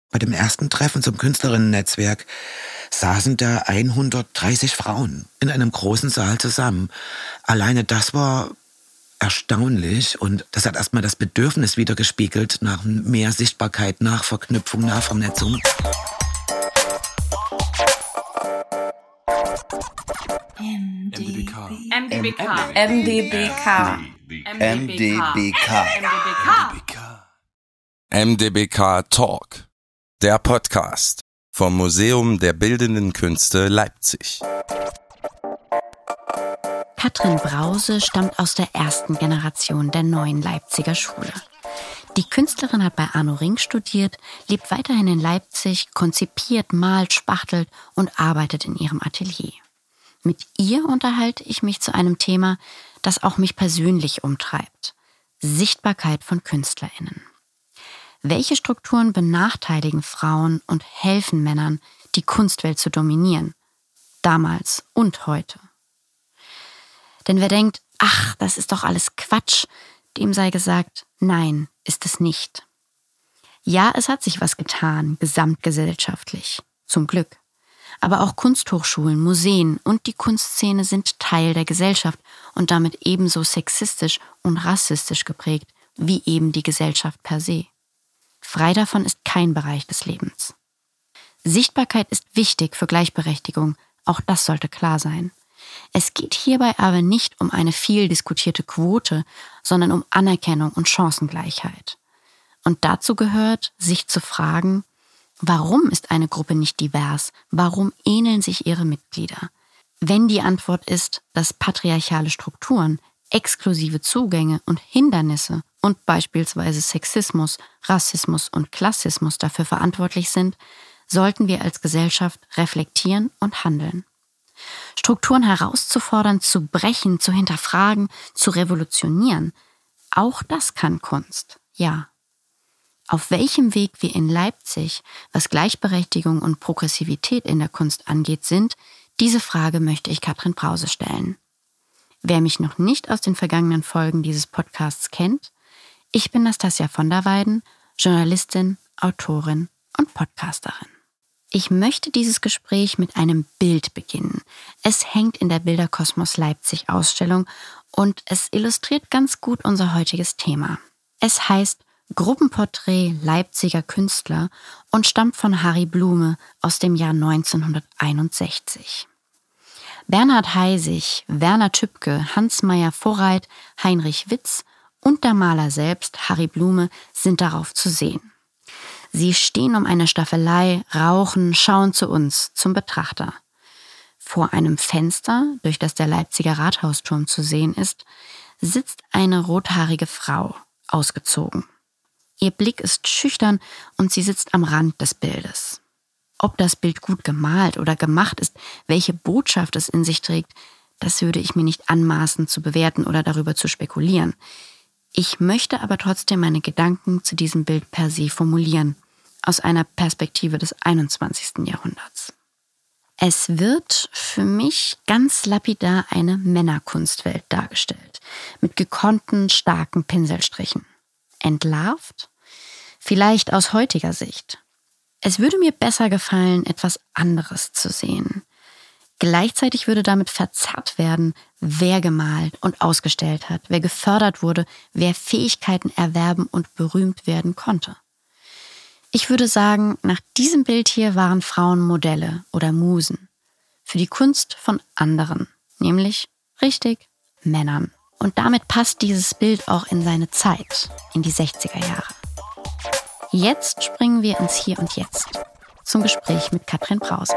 Bei dem ersten Treffen zum Künstlerinnen-Netzwerk saßen da 130 Frauen in einem großen Saal zusammen. Alleine das war erstaunlich und das hat erstmal das Bedürfnis wiedergespiegelt nach mehr Sichtbarkeit, nach Verknüpfung, nach Vernetzung. MDBK. MDBK Talk, der Podcast vom Museum der Bildenden Künste Leipzig. Katrin Brause stammt aus der ersten Generation der neuen Leipziger Schule. Die Künstlerin hat bei Arno Ring studiert, lebt weiterhin in Leipzig, konzipiert, malt, spachtelt und arbeitet in ihrem Atelier. Mit ihr unterhalte ich mich zu einem Thema, das auch mich persönlich umtreibt: Sichtbarkeit von KünstlerInnen. Welche Strukturen benachteiligen Frauen und helfen Männern, die Kunstwelt zu dominieren? Damals und heute. Denn wer denkt, ach, das ist doch alles Quatsch, dem sei gesagt, nein, ist es nicht. Ja, es hat sich was getan, gesamtgesellschaftlich, zum Glück. Aber auch Kunsthochschulen, Museen und die Kunstszene sind Teil der Gesellschaft und damit ebenso sexistisch und rassistisch geprägt wie eben die Gesellschaft per se. Frei davon ist kein Bereich des Lebens. Sichtbarkeit ist wichtig für Gleichberechtigung, auch das sollte klar sein. Es geht hierbei aber nicht um eine viel diskutierte Quote, sondern um Anerkennung und Chancengleichheit. Und dazu gehört, sich zu fragen, warum ist eine Gruppe nicht divers? Warum ähneln sich ihre Mitglieder? Wenn die Antwort ist, dass patriarchale Strukturen, exklusive Zugänge und Hindernisse und beispielsweise Sexismus, Rassismus und Klassismus dafür verantwortlich sind, sollten wir als Gesellschaft reflektieren und handeln. Strukturen herauszufordern, zu brechen, zu hinterfragen, zu revolutionieren, auch das kann Kunst, ja. Auf welchem Weg wir in Leipzig, was Gleichberechtigung und Progressivität in der Kunst angeht, sind, diese Frage möchte ich Katrin Brause stellen. Wer mich noch nicht aus den vergangenen Folgen dieses Podcasts kennt, ich bin Nastasia von der Weiden, Journalistin, Autorin und Podcasterin. Ich möchte dieses Gespräch mit einem Bild beginnen. Es hängt in der Bilderkosmos Leipzig Ausstellung und es illustriert ganz gut unser heutiges Thema. Es heißt Gruppenporträt Leipziger Künstler und stammt von Harry Blume aus dem Jahr 1961. Bernhard Heisig, Werner Tübke, Hans Meyer Vorreit, Heinrich Witz und der Maler selbst, Harry Blume, sind darauf zu sehen. Sie stehen um eine Staffelei, rauchen, schauen zu uns, zum Betrachter. Vor einem Fenster, durch das der Leipziger Rathausturm zu sehen ist, sitzt eine rothaarige Frau, ausgezogen. Ihr Blick ist schüchtern und sie sitzt am Rand des Bildes. Ob das Bild gut gemalt oder gemacht ist, welche Botschaft es in sich trägt, das würde ich mir nicht anmaßen zu bewerten oder darüber zu spekulieren. Ich möchte aber trotzdem meine Gedanken zu diesem Bild per se formulieren, aus einer Perspektive des 21. Jahrhunderts. Es wird für mich ganz lapidar eine Männerkunstwelt dargestellt, mit gekonnten, starken Pinselstrichen. Entlarvt? Vielleicht aus heutiger Sicht. Es würde mir besser gefallen, etwas anderes zu sehen. Gleichzeitig würde damit verzerrt werden, wer gemalt und ausgestellt hat, wer gefördert wurde, wer Fähigkeiten erwerben und berühmt werden konnte. Ich würde sagen, nach diesem Bild hier waren Frauen Modelle oder Musen. Für die Kunst von anderen, nämlich, richtig, Männern. Und damit passt dieses Bild auch in seine Zeit, in die 60er Jahre. Jetzt springen wir ins Hier und Jetzt, zum Gespräch mit Katrin Brause.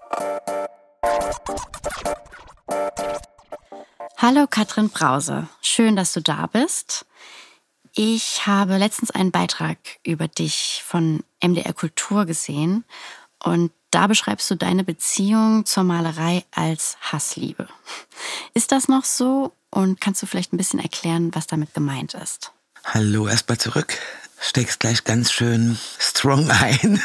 Hallo Katrin Brause, schön, dass du da bist. Ich habe letztens einen Beitrag über dich von MDR Kultur gesehen und da beschreibst du deine Beziehung zur Malerei als Hassliebe. Ist das noch so und kannst du vielleicht ein bisschen erklären, was damit gemeint ist? Hallo, erstmal zurück. Steckst gleich ganz schön strong ein.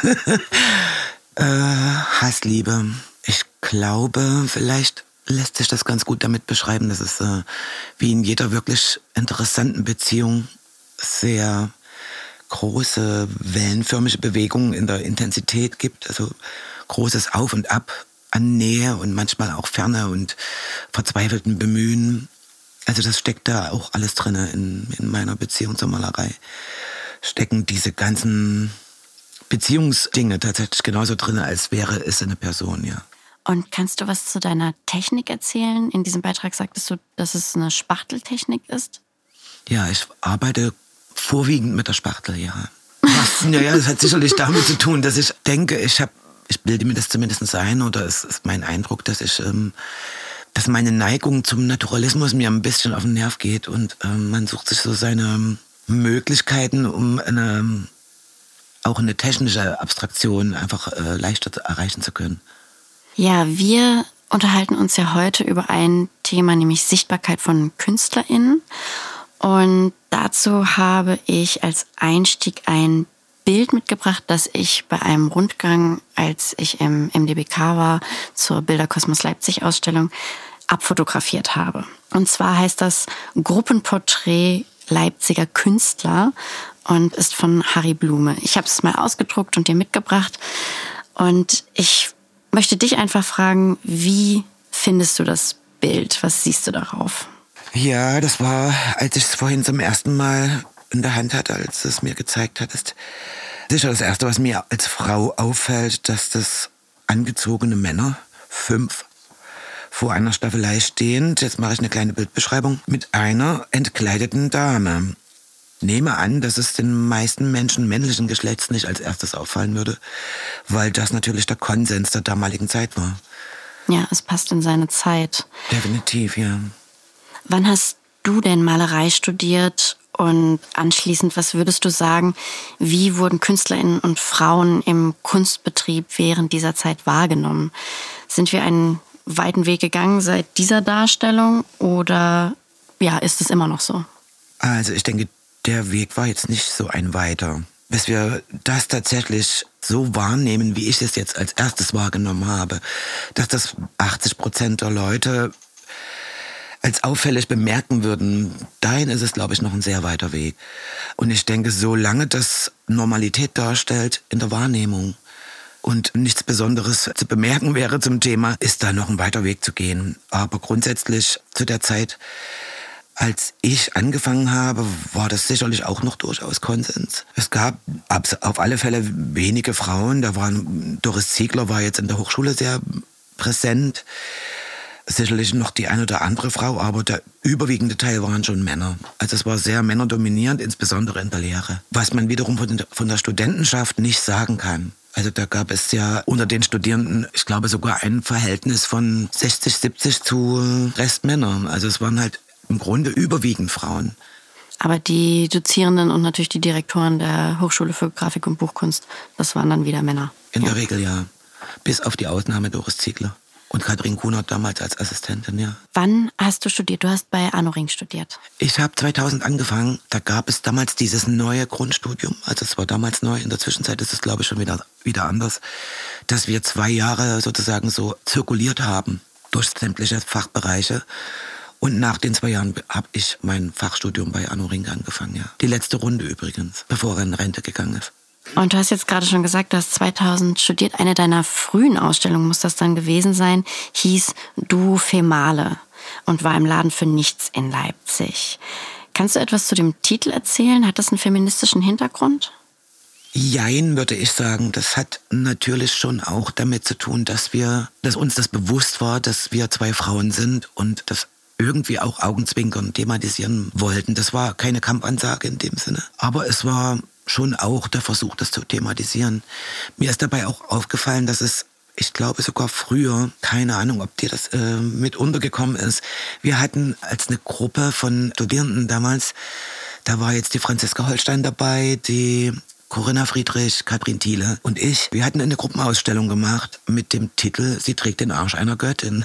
Hassliebe. Ich glaube, vielleicht lässt sich das ganz gut damit beschreiben, dass es wie in jeder wirklich interessanten Beziehung sehr große wellenförmige Bewegungen in der Intensität gibt, also großes Auf und Ab an Nähe und manchmal auch Ferne und verzweifelten Bemühen. Also das steckt da auch alles drin in meiner Beziehung zur Malerei. Stecken diese ganzen Beziehungsdinge tatsächlich genauso drin, als wäre es eine Person, ja. Und kannst du was zu deiner Technik erzählen? In diesem Beitrag sagtest du, dass es eine Spachteltechnik ist? Ja, ich arbeite vorwiegend mit der Spachtel, ja. Das hat sicherlich damit zu tun, dass ich denke, ich bilde mir das zumindest ein, oder es ist mein Eindruck, dass dass meine Neigung zum Naturalismus mir ein bisschen auf den Nerv geht und man sucht sich so seine Möglichkeiten, um auch eine technische Abstraktion einfach leichter erreichen zu können. Ja, wir unterhalten uns ja heute über ein Thema, nämlich Sichtbarkeit von KünstlerInnen. Und dazu habe ich als Einstieg ein Bild mitgebracht, das ich bei einem Rundgang, als ich im MDBK war, zur Bilderkosmos Leipzig Ausstellung, abfotografiert habe. Und zwar heißt das Gruppenporträt Leipziger Künstler und ist von Harry Blume. Ich habe es mal ausgedruckt und dir mitgebracht. Und ich möchte dich einfach fragen, wie findest du das Bild? Was siehst du darauf? Ja, das war, als ich es vorhin zum ersten Mal in der Hand hatte, als es mir gezeigt hat, ist sicher das Erste, was mir als Frau auffällt, dass das angezogene Männer, 5, vor einer Staffelei stehend, jetzt mache ich eine kleine Bildbeschreibung, mit einer entkleideten Dame. Nehme an, dass es den meisten Menschen männlichen Geschlechts nicht als erstes auffallen würde, weil das natürlich der Konsens der damaligen Zeit war. Ja, es passt in seine Zeit. Definitiv, ja. Wann hast du denn Malerei studiert? Und anschließend, was würdest du sagen, wie wurden KünstlerInnen und Frauen im Kunstbetrieb während dieser Zeit wahrgenommen? Sind wir einen weiten Weg gegangen seit dieser Darstellung oder ja, ist es immer noch so? Also ich denke, der Weg war jetzt nicht so ein weiter. Bis wir das tatsächlich so wahrnehmen, wie ich es jetzt als erstes wahrgenommen habe, dass das 80% der Leute als auffällig bemerken würden, dahin ist es, glaube ich, noch ein sehr weiter Weg. Und ich denke, solange das Normalität darstellt in der Wahrnehmung und nichts Besonderes zu bemerken wäre zum Thema, ist da noch ein weiter Weg zu gehen. Aber grundsätzlich zu der Zeit, als ich angefangen habe, war das sicherlich auch noch durchaus Konsens. Es gab auf alle Fälle wenige Frauen. Doris Ziegler war jetzt in der Hochschule sehr präsent. Sicherlich noch die eine oder andere Frau, aber der überwiegende Teil waren schon Männer. Also es war sehr männerdominierend, insbesondere in der Lehre. Was man wiederum von der Studentenschaft nicht sagen kann. Also da gab es ja unter den Studierenden, ich glaube sogar ein Verhältnis von 60-70 zu Restmännern. Also es waren halt im Grunde überwiegend Frauen. Aber die Dozierenden und natürlich die Direktoren der Hochschule für Grafik und Buchkunst, das waren dann wieder Männer. In der Regel ja. Bis auf die Ausnahme Doris Ziegler. Und Katrin Kunert damals als Assistentin, ja. Wann hast du studiert? Du hast bei Arno Ring studiert. Ich habe 2000 angefangen. Da gab es damals dieses neue Grundstudium. Also es war damals neu. In der Zwischenzeit ist es, glaube ich, schon wieder anders. Dass wir 2 Jahre sozusagen so zirkuliert haben durch sämtliche Fachbereiche. Und nach den 2 Jahren habe ich mein Fachstudium bei Arno Ring angefangen, ja. Die letzte Runde übrigens, bevor er in Rente gegangen ist. Und du hast jetzt gerade schon gesagt, du hast 2000 studiert. Eine deiner frühen Ausstellungen muss das dann gewesen sein, hieß Du Female und war im Laden für nichts in Leipzig. Kannst du etwas zu dem Titel erzählen? Hat das einen feministischen Hintergrund? Jein, würde ich sagen. Das hat natürlich schon auch damit zu tun, dass uns das bewusst war, dass wir 2 Frauen sind und das irgendwie auch Augenzwinkern thematisieren wollten. Das war keine Kampfansage in dem Sinne. Aber es war schon auch der Versuch, das zu thematisieren. Mir ist dabei auch aufgefallen, dass es, ich glaube sogar früher, keine Ahnung, ob dir das mit untergekommen ist, wir hatten als eine Gruppe von Studierenden damals, da war jetzt die Franziska Holstein dabei, die Corinna Friedrich, Katrin Thiele und ich. Wir hatten eine Gruppenausstellung gemacht mit dem Titel Sie trägt den Arsch einer Göttin.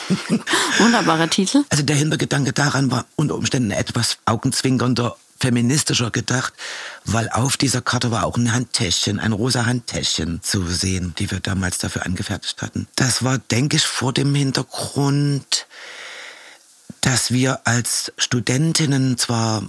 Wunderbarer Titel. Also der Hintergedanke daran war unter Umständen etwas augenzwinkernder, feministischer gedacht, weil auf dieser Karte war auch ein Handtäschchen, ein rosa Handtäschchen zu sehen, die wir damals dafür angefertigt hatten. Das war, denke ich, vor dem Hintergrund, dass wir als Studentinnen zwar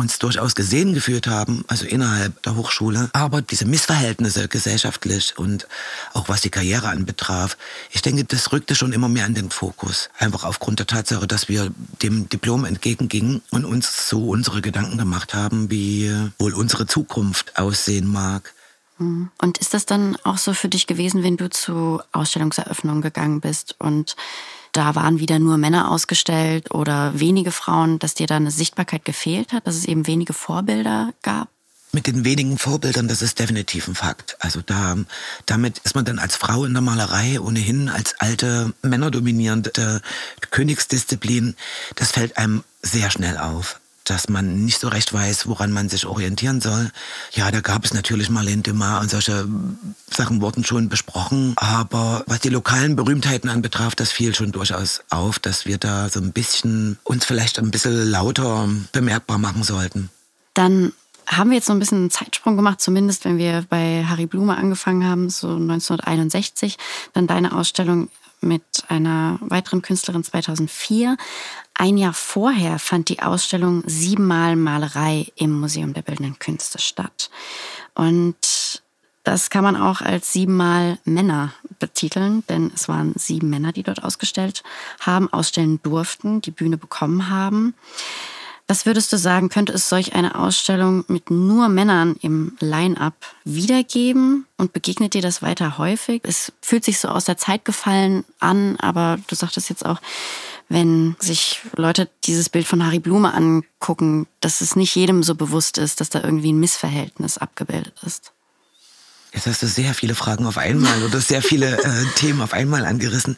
uns durchaus gesehen gefühlt haben, also innerhalb der Hochschule. Aber diese Missverhältnisse gesellschaftlich und auch was die Karriere anbetraf, ich denke, das rückte schon immer mehr in den Fokus. Einfach aufgrund der Tatsache, dass wir dem Diplom entgegengingen und uns so unsere Gedanken gemacht haben, wie wohl unsere Zukunft aussehen mag. Und ist das dann auch so für dich gewesen, wenn du zu Ausstellungseröffnungen gegangen bist und da waren wieder nur Männer ausgestellt oder wenige Frauen, dass dir da eine Sichtbarkeit gefehlt hat, dass es eben wenige Vorbilder gab? Mit den wenigen Vorbildern, das ist definitiv ein Fakt. Also damit ist man dann als Frau in der Malerei ohnehin als alte, männerdominierende Königsdisziplin, das fällt einem sehr schnell auf, dass man nicht so recht weiß, woran man sich orientieren soll. Ja, da gab es natürlich Marlene Dumas und solche Sachen wurden schon besprochen. Aber was die lokalen Berühmtheiten anbetraf, das fiel schon durchaus auf, dass wir da so ein bisschen uns vielleicht ein bisschen lauter bemerkbar machen sollten. Dann haben wir jetzt so ein bisschen einen Zeitsprung gemacht, zumindest wenn wir bei Harry Blume angefangen haben, so 1961. Dann deine Ausstellung mit einer weiteren Künstlerin 2004. Ein Jahr vorher fand die Ausstellung 7-mal Malerei im Museum der Bildenden Künste statt. Und das kann man auch als 7-mal Männer betiteln, denn es waren 7 Männer, die dort ausgestellt haben, ausstellen durften, die Bühne bekommen haben. Was würdest du sagen, könnte es solch eine Ausstellung mit nur Männern im Line-up wiedergeben und begegnet dir das weiter häufig? Es fühlt sich so aus der Zeit gefallen an, aber du sagtest jetzt auch, wenn sich Leute dieses Bild von Harry Blume angucken, dass es nicht jedem so bewusst ist, dass da irgendwie ein Missverhältnis abgebildet ist. Jetzt hast du sehr viele Fragen auf einmal oder sehr viele Themen auf einmal angerissen.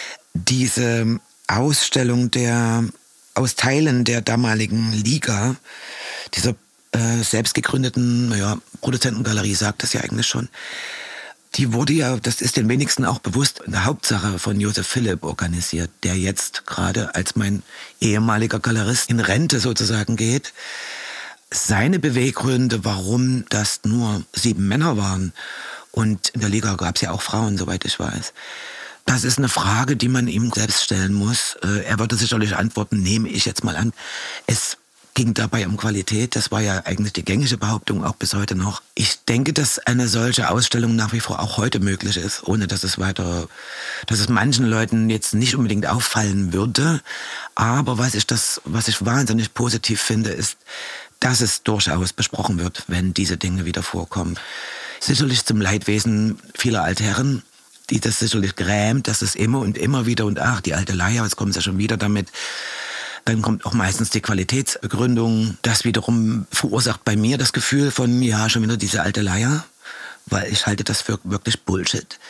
Diese Ausstellung aus Teilen der damaligen Liga, dieser selbst gegründeten Produzentengalerie, sagt das ja eigentlich schon, die wurde ja, das ist den wenigsten auch bewusst, in der Hauptsache von Josef Philipp organisiert, der jetzt gerade als mein ehemaliger Galerist in Rente sozusagen geht. Seine Beweggründe, warum das nur 7 Männer waren, und in der Liga gab es ja auch Frauen, soweit ich weiß, das ist eine Frage, die man ihm selbst stellen muss. Er würde sicherlich antworten, nehme ich jetzt mal an. Es ging dabei um Qualität. Das war ja eigentlich die gängige Behauptung, auch bis heute noch. Ich denke, dass eine solche Ausstellung nach wie vor auch heute möglich ist, ohne dass es manchen Leuten jetzt nicht unbedingt auffallen würde. Aber was ich wahnsinnig positiv finde, ist, dass es durchaus besprochen wird, wenn diese Dinge wieder vorkommen. Sicherlich zum Leidwesen vieler Altherren, die das sicherlich grämt, dass es immer und immer wieder und ach, die alte Leier, jetzt kommen sie schon wieder damit. Dann kommt auch meistens die Qualitätsbegründung. Das wiederum verursacht bei mir das Gefühl von, ja, schon wieder diese alte Leier, weil ich halte das für wirklich Bullshit.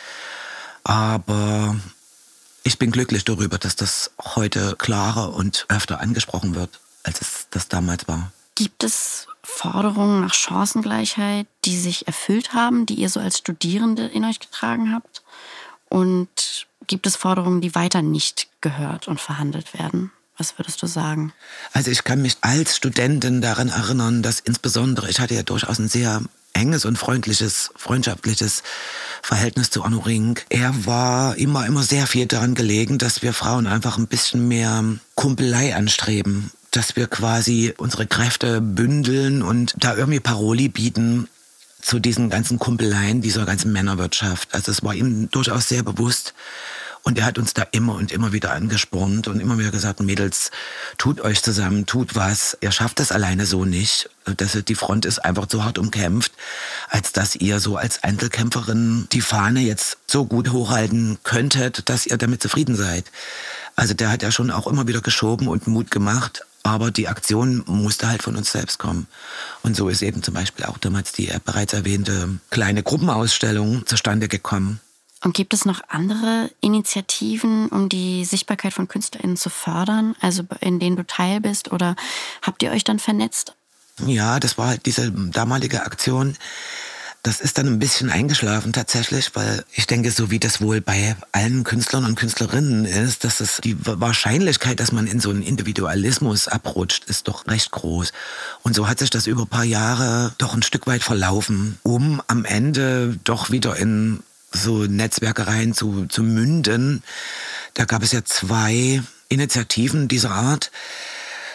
Aber ich bin glücklich darüber, dass das heute klarer und öfter angesprochen wird, als es das damals war. Gibt es Forderungen nach Chancengleichheit, die sich erfüllt haben, die ihr so als Studierende in euch getragen habt? Und gibt es Forderungen, die weiter nicht gehört und verhandelt werden? Was würdest du sagen? Also ich kann mich als Studentin daran erinnern, dass insbesondere, ich hatte ja durchaus ein sehr enges und freundschaftliches Verhältnis zu Arno Rinck. Er war immer sehr viel daran gelegen, dass wir Frauen einfach ein bisschen mehr Kumpelei anstreben. Dass wir quasi unsere Kräfte bündeln und da irgendwie Paroli bieten zu diesen ganzen Kumpeleien, dieser ganzen Männerwirtschaft. Also es war ihm durchaus sehr bewusst. Und er hat uns da immer und immer wieder angespornt und immer wieder gesagt, Mädels, tut euch zusammen, tut was. Ihr schafft das alleine so nicht. Die Front ist einfach zu hart umkämpft, als dass ihr so als Einzelkämpferin die Fahne jetzt so gut hochhalten könntet, dass ihr damit zufrieden seid. Also der hat ja schon auch immer wieder geschoben und Mut gemacht. Aber die Aktion musste halt von uns selbst kommen. Und so ist eben zum Beispiel auch damals die bereits erwähnte kleine Gruppenausstellung zustande gekommen. Und gibt es noch andere Initiativen, um die Sichtbarkeit von KünstlerInnen zu fördern, also in denen du Teil bist? Oder habt ihr euch dann vernetzt? Ja, das war halt diese damalige Aktion. Das ist dann ein bisschen eingeschlafen tatsächlich, weil ich denke, so wie das wohl bei allen Künstlern und Künstlerinnen ist, dass es die Wahrscheinlichkeit, dass man in so einen Individualismus abrutscht, ist doch recht groß. Und so hat sich das über ein paar Jahre doch ein Stück weit verlaufen, um am Ende doch wieder in so Netzwerkereien zu münden. Da gab es ja 2 Initiativen dieser Art.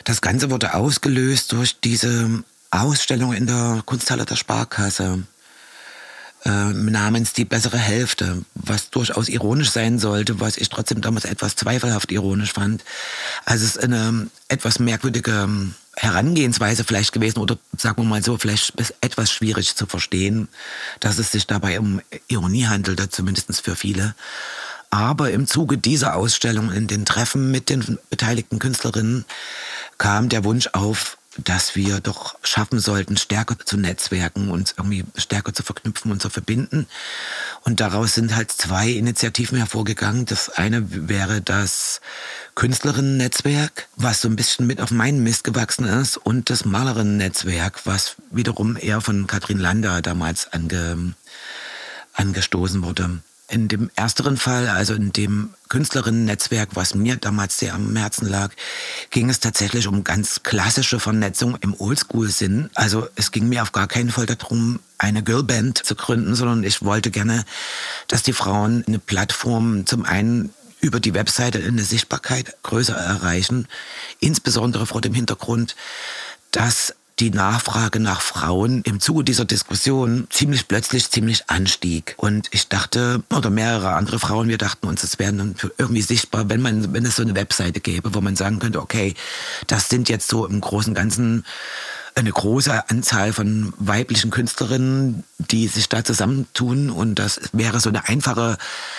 Das Ganze wurde ausgelöst durch diese Ausstellung in der Kunsthalle der Sparkasse namens Die bessere Hälfte, was durchaus ironisch sein sollte, was ich trotzdem damals etwas zweifelhaft ironisch fand. Also es ist eine etwas merkwürdige Herangehensweise vielleicht gewesen oder sagen wir mal so, vielleicht etwas schwierig zu verstehen, dass es sich dabei um Ironie handelte, zumindest für viele. Aber im Zuge dieser Ausstellung, in den Treffen mit den beteiligten Künstlerinnen, kam der Wunsch auf, dass wir doch schaffen sollten, stärker zu netzwerken, uns irgendwie stärker zu verknüpfen und zu verbinden. Und daraus sind halt 2 Initiativen hervorgegangen. Das eine wäre das Künstlerinnen-Netzwerk, was so ein bisschen mit auf meinen Mist gewachsen ist, und das Malerinnen-Netzwerk, was wiederum eher von Katrin Landa damals angestoßen wurde. In dem ersteren Fall, also in dem Künstlerinnen-Netzwerk, was mir damals sehr am Herzen lag, ging es tatsächlich um ganz klassische Vernetzung im Oldschool-Sinn. Also es ging mir auf gar keinen Fall darum, eine Girlband zu gründen, sondern ich wollte gerne, dass die Frauen eine Plattform zum einen über die Webseite eine Sichtbarkeit größer erreichen, insbesondere vor dem Hintergrund, dass die Nachfrage nach Frauen im Zuge dieser Diskussion ziemlich anstieg. Und ich dachte, oder mehrere andere Frauen, wir dachten uns, es wäre dann irgendwie sichtbar, wenn es so eine Webseite gäbe, wo man sagen könnte, okay, das sind jetzt so im Großen und Ganzen eine große Anzahl von weiblichen Künstlerinnen, die sich da zusammentun, und das wäre so ein einfacherer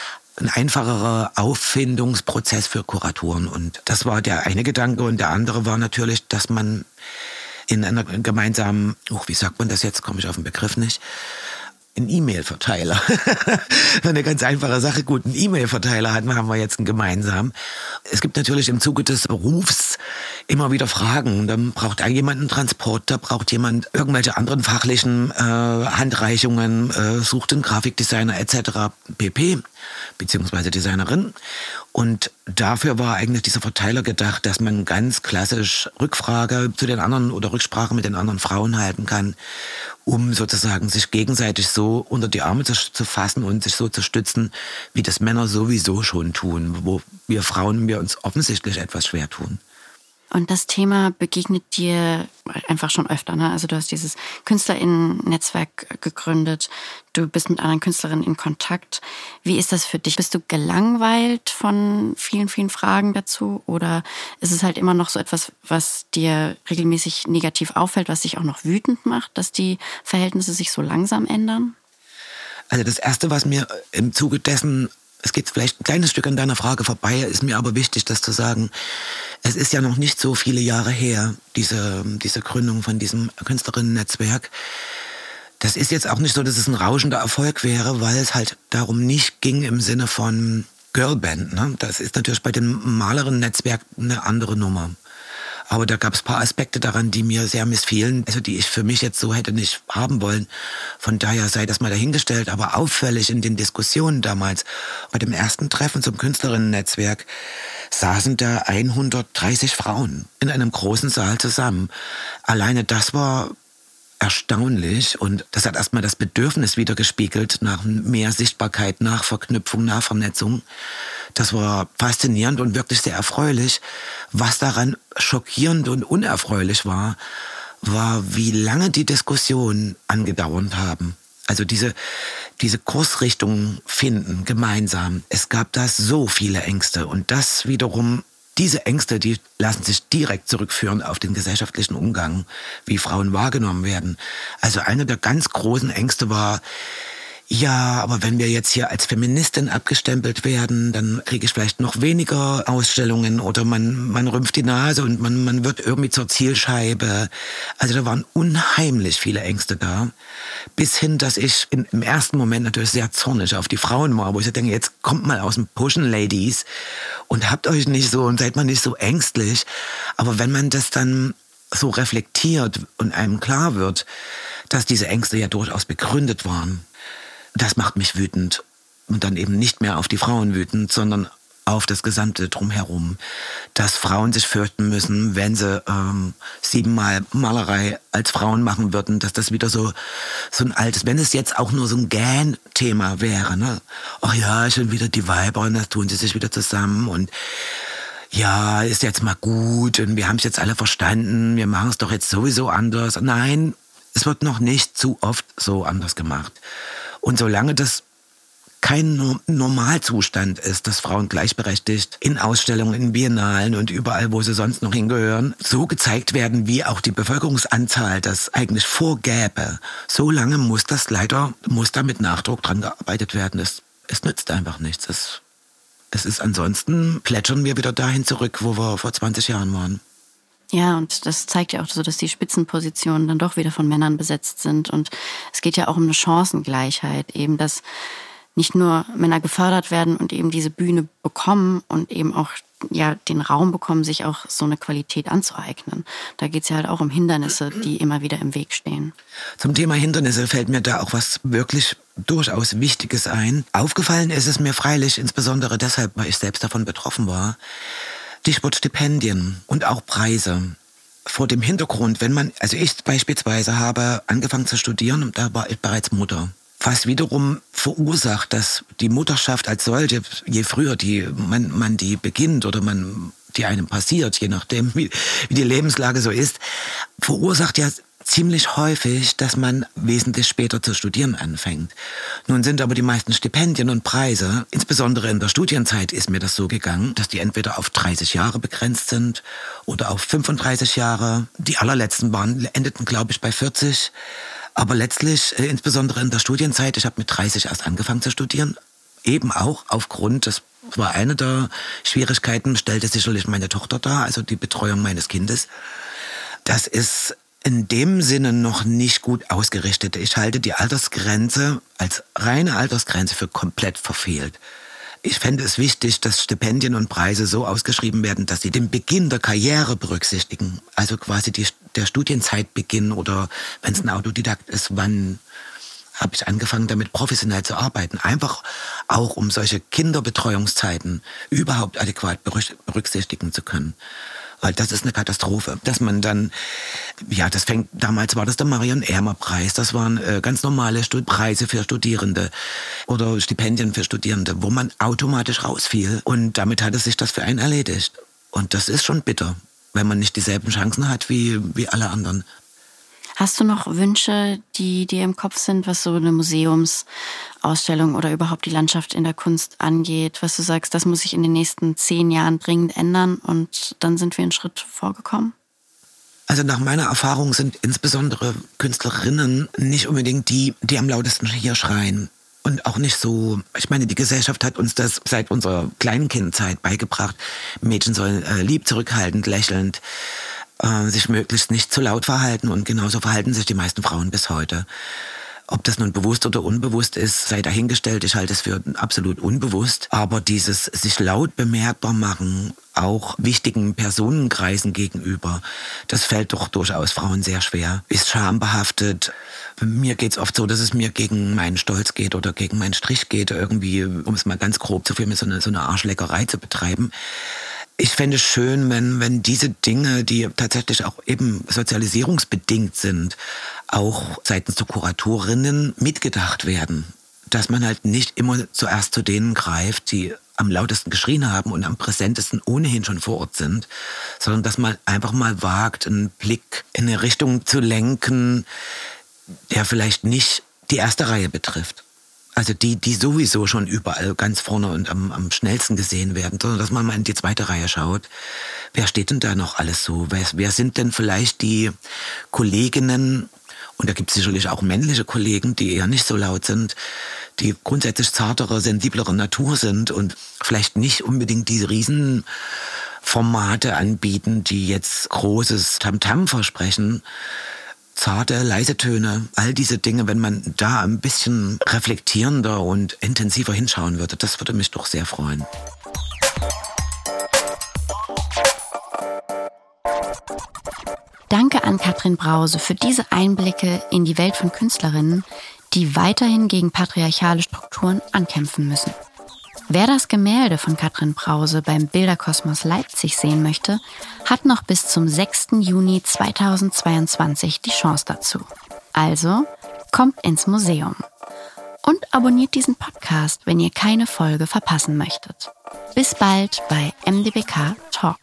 Auffindungsprozess für Kuratoren. Und das war der eine Gedanke. Und der andere war natürlich, dass man in einer gemeinsamen, wie sagt man das jetzt, komme ich auf den Begriff nicht, ein E-Mail-Verteiler. Eine ganz einfache Sache. Gut, einen E-Mail-Verteiler haben wir jetzt einen gemeinsamen. Es gibt natürlich im Zuge des Berufs immer wieder Fragen. Dann braucht jemand einen Transport, da braucht jemand irgendwelche anderen fachlichen Handreichungen, sucht einen Grafikdesigner etc. pp. Beziehungsweise Designerin. Und dafür war eigentlich dieser Verteiler gedacht, dass man ganz klassisch Rückfrage zu den anderen oder Rücksprache mit den anderen Frauen halten kann, um sozusagen sich gegenseitig so unter die Arme zu fassen und sich so zu stützen, wie das Männer sowieso schon tun, wo wir Frauen uns offensichtlich etwas schwer tun. Und das Thema begegnet dir einfach schon öfter, ne? Also du hast dieses KünstlerInnen-Netzwerk gegründet, du bist mit anderen Künstlerinnen in Kontakt. Wie ist das für dich? Bist du gelangweilt von vielen Fragen dazu? Oder ist es halt immer noch so etwas, was dir regelmäßig negativ auffällt, was dich auch noch wütend macht, dass die Verhältnisse sich so langsam ändern? Also das Erste, was mir im Zuge dessen, es geht vielleicht ein kleines Stück an deiner Frage vorbei, ist mir aber wichtig, das zu sagen. Es ist ja noch nicht so viele Jahre her, diese Gründung von diesem Künstlerinnen-Netzwerk. Das ist jetzt auch nicht so, dass es ein rauschender Erfolg wäre, weil es halt darum nicht ging im Sinne von Girlband. Ne? Das ist natürlich bei dem Malerinnen-Netzwerk eine andere Nummer. Aber da gab es ein paar Aspekte daran, die mir sehr missfielen, also die ich für mich jetzt so hätte nicht haben wollen. Von daher sei das mal dahingestellt. Aber auffällig in den Diskussionen damals, bei dem ersten Treffen zum Künstlerinnen-Netzwerk, saßen da 130 Frauen in einem großen Saal zusammen. Alleine das war erstaunlich, und das hat erstmal das Bedürfnis wiedergespiegelt nach mehr Sichtbarkeit, nach Verknüpfung, nach Vernetzung. Das war faszinierend und wirklich sehr erfreulich. Was daran schockierend und unerfreulich war, wie lange die Diskussionen angedauert haben. Also diese Kursrichtung finden, gemeinsam. Es gab da so viele Ängste, und das wiederum, diese Ängste, die lassen sich direkt zurückführen auf den gesellschaftlichen Umgang, wie Frauen wahrgenommen werden. Also eine der ganz großen Ängste war, ja, aber wenn wir jetzt hier als Feministin abgestempelt werden, dann kriege ich vielleicht noch weniger Ausstellungen, oder man rümpft die Nase und man wird irgendwie zur Zielscheibe. Also da waren unheimlich viele Ängste da. Bis hin, dass ich im ersten Moment natürlich sehr zornig auf die Frauen war, wo ich denke, jetzt kommt mal aus dem Pushen, Ladies, und habt euch nicht so und seid mal nicht so ängstlich. Aber wenn man das dann so reflektiert und einem klar wird, dass diese Ängste ja durchaus begründet waren, das macht mich wütend. Und dann eben nicht mehr auf die Frauen wütend, sondern auf das Gesamte drumherum. Dass Frauen sich fürchten müssen, wenn sie 7-mal Malerei als Frauen machen würden, dass das wieder so ein altes, wenn es jetzt auch nur so ein Gähn-Thema wäre, ne? Ach ja, schon wieder die Weiber, und das tun sie sich wieder zusammen. Und ja, ist jetzt mal gut und wir haben es jetzt alle verstanden, wir machen es doch jetzt sowieso anders. Nein, es wird noch nicht zu oft so anders gemacht. Und solange das kein Normalzustand ist, dass Frauen gleichberechtigt in Ausstellungen, in Biennalen und überall, wo sie sonst noch hingehören, so gezeigt werden, wie auch die Bevölkerungsanzahl das eigentlich vorgäbe, so lange muss da mit Nachdruck dran gearbeitet werden. Es nützt einfach nichts. Es ist ansonsten, plätschern wir wieder dahin zurück, wo wir vor 20 Jahren waren. Ja, und das zeigt ja auch so, dass die Spitzenpositionen dann doch wieder von Männern besetzt sind. Und es geht ja auch um eine Chancengleichheit, eben, dass nicht nur Männer gefördert werden und eben diese Bühne bekommen und eben auch den Raum bekommen, sich auch so eine Qualität anzueignen. Da geht es ja halt auch um Hindernisse, die immer wieder im Weg stehen. Zum Thema Hindernisse fällt mir da auch was wirklich durchaus Wichtiges ein. Aufgefallen ist es mir freilich, insbesondere deshalb, weil ich selbst davon betroffen war, Stichwort Stipendien und auch Preise. Vor dem Hintergrund, also ich beispielsweise habe angefangen zu studieren und da war ich bereits Mutter. Was wiederum verursacht, dass die Mutterschaft als solche, je früher man die beginnt oder die einem passiert, je nachdem, wie die Lebenslage so ist, verursacht ja ziemlich häufig, dass man wesentlich später zu studieren anfängt. Nun sind aber die meisten Stipendien und Preise, insbesondere in der Studienzeit ist mir das so gegangen, dass die entweder auf 30 Jahre begrenzt sind oder auf 35 Jahre. Die allerletzten endeten, glaube ich, bei 40. Aber letztlich, insbesondere in der Studienzeit, ich habe mit 30 erst angefangen zu studieren, eben auch aufgrund, das war eine der Schwierigkeiten, stellte sicherlich meine Tochter dar, also die Betreuung meines Kindes. Das ist in dem Sinne noch nicht gut ausgerichtet. Ich halte die Altersgrenze als reine Altersgrenze für komplett verfehlt. Ich fände es wichtig, dass Stipendien und Preise so ausgeschrieben werden, dass sie den Beginn der Karriere berücksichtigen. Also quasi der Studienzeitbeginn oder wenn es ein Autodidakt ist, wann habe ich angefangen, damit professionell zu arbeiten. Einfach auch, um solche Kinderbetreuungszeiten überhaupt adäquat berücksichtigen zu können. Weil das ist eine Katastrophe. Dass man dann, damals war das der Marion-Ermer-Preis, das waren ganz normale Preise für Studierende oder Stipendien für Studierende, wo man automatisch rausfiel und damit hatte sich das für einen erledigt. Und das ist schon bitter, wenn man nicht dieselben Chancen hat wie alle anderen. Hast du noch Wünsche, die dir im Kopf sind, was so eine Museumsausstellung oder überhaupt die Landschaft in der Kunst angeht, was du sagst, das muss sich in den nächsten 10 Jahren dringend ändern und dann sind wir einen Schritt vorgekommen? Also nach meiner Erfahrung sind insbesondere Künstlerinnen nicht unbedingt die am lautesten hier schreien. Und auch nicht so, ich meine, die Gesellschaft hat uns das seit unserer Kleinkindzeit beigebracht. Mädchen sollen lieb, zurückhaltend, lächelnd, sich möglichst nicht zu laut verhalten und genauso verhalten sich die meisten Frauen bis heute. Ob das nun bewusst oder unbewusst ist, sei dahingestellt. Ich halte es für absolut unbewusst. Aber dieses sich laut bemerkbar machen, auch wichtigen Personenkreisen gegenüber, das fällt doch durchaus Frauen sehr schwer. Ist schambehaftet. Mir geht's oft so, dass es mir gegen meinen Stolz geht oder gegen meinen Strich geht, irgendwie, um es mal ganz grob zu filmen, so eine Arschleckerei zu betreiben. Ich fände es schön, wenn diese Dinge, die tatsächlich auch eben sozialisierungsbedingt sind, auch seitens der Kuratorinnen mitgedacht werden. Dass man halt nicht immer zuerst zu denen greift, die am lautesten geschrien haben und am präsentesten ohnehin schon vor Ort sind, sondern dass man einfach mal wagt, einen Blick in eine Richtung zu lenken, der vielleicht nicht die erste Reihe betrifft. Also die sowieso schon überall ganz vorne und am schnellsten gesehen werden, sondern dass man mal in die zweite Reihe schaut. Wer steht denn da noch alles so? Wer sind denn vielleicht die Kolleginnen, und da gibt es sicherlich auch männliche Kollegen, die eher nicht so laut sind, die grundsätzlich zartere, sensiblere Natur sind und vielleicht nicht unbedingt diese Riesenformate anbieten, die jetzt großes Tamtam versprechen. Zarte, leise Töne, all diese Dinge, wenn man da ein bisschen reflektierender und intensiver hinschauen würde, das würde mich doch sehr freuen. Danke an Katrin Brause für diese Einblicke in die Welt von Künstlerinnen, die weiterhin gegen patriarchale Strukturen ankämpfen müssen. Wer das Gemälde von Katrin Brause beim Bilderkosmos Leipzig sehen möchte, hat noch bis zum 6. Juni 2022 die Chance dazu. Also, kommt ins Museum. Und abonniert diesen Podcast, wenn ihr keine Folge verpassen möchtet. Bis bald bei MDBK Talk.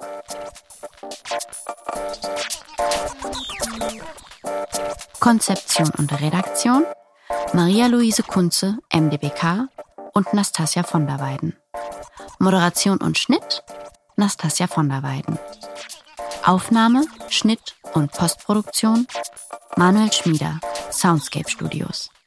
Konzeption und Redaktion Maria-Luise Kunze, MdBK und Nastasia von der Weiden. Moderation und Schnitt Nastasia von der Weiden. Aufnahme, Schnitt und Postproduktion Manuel Schmieder, Soundscape Studios.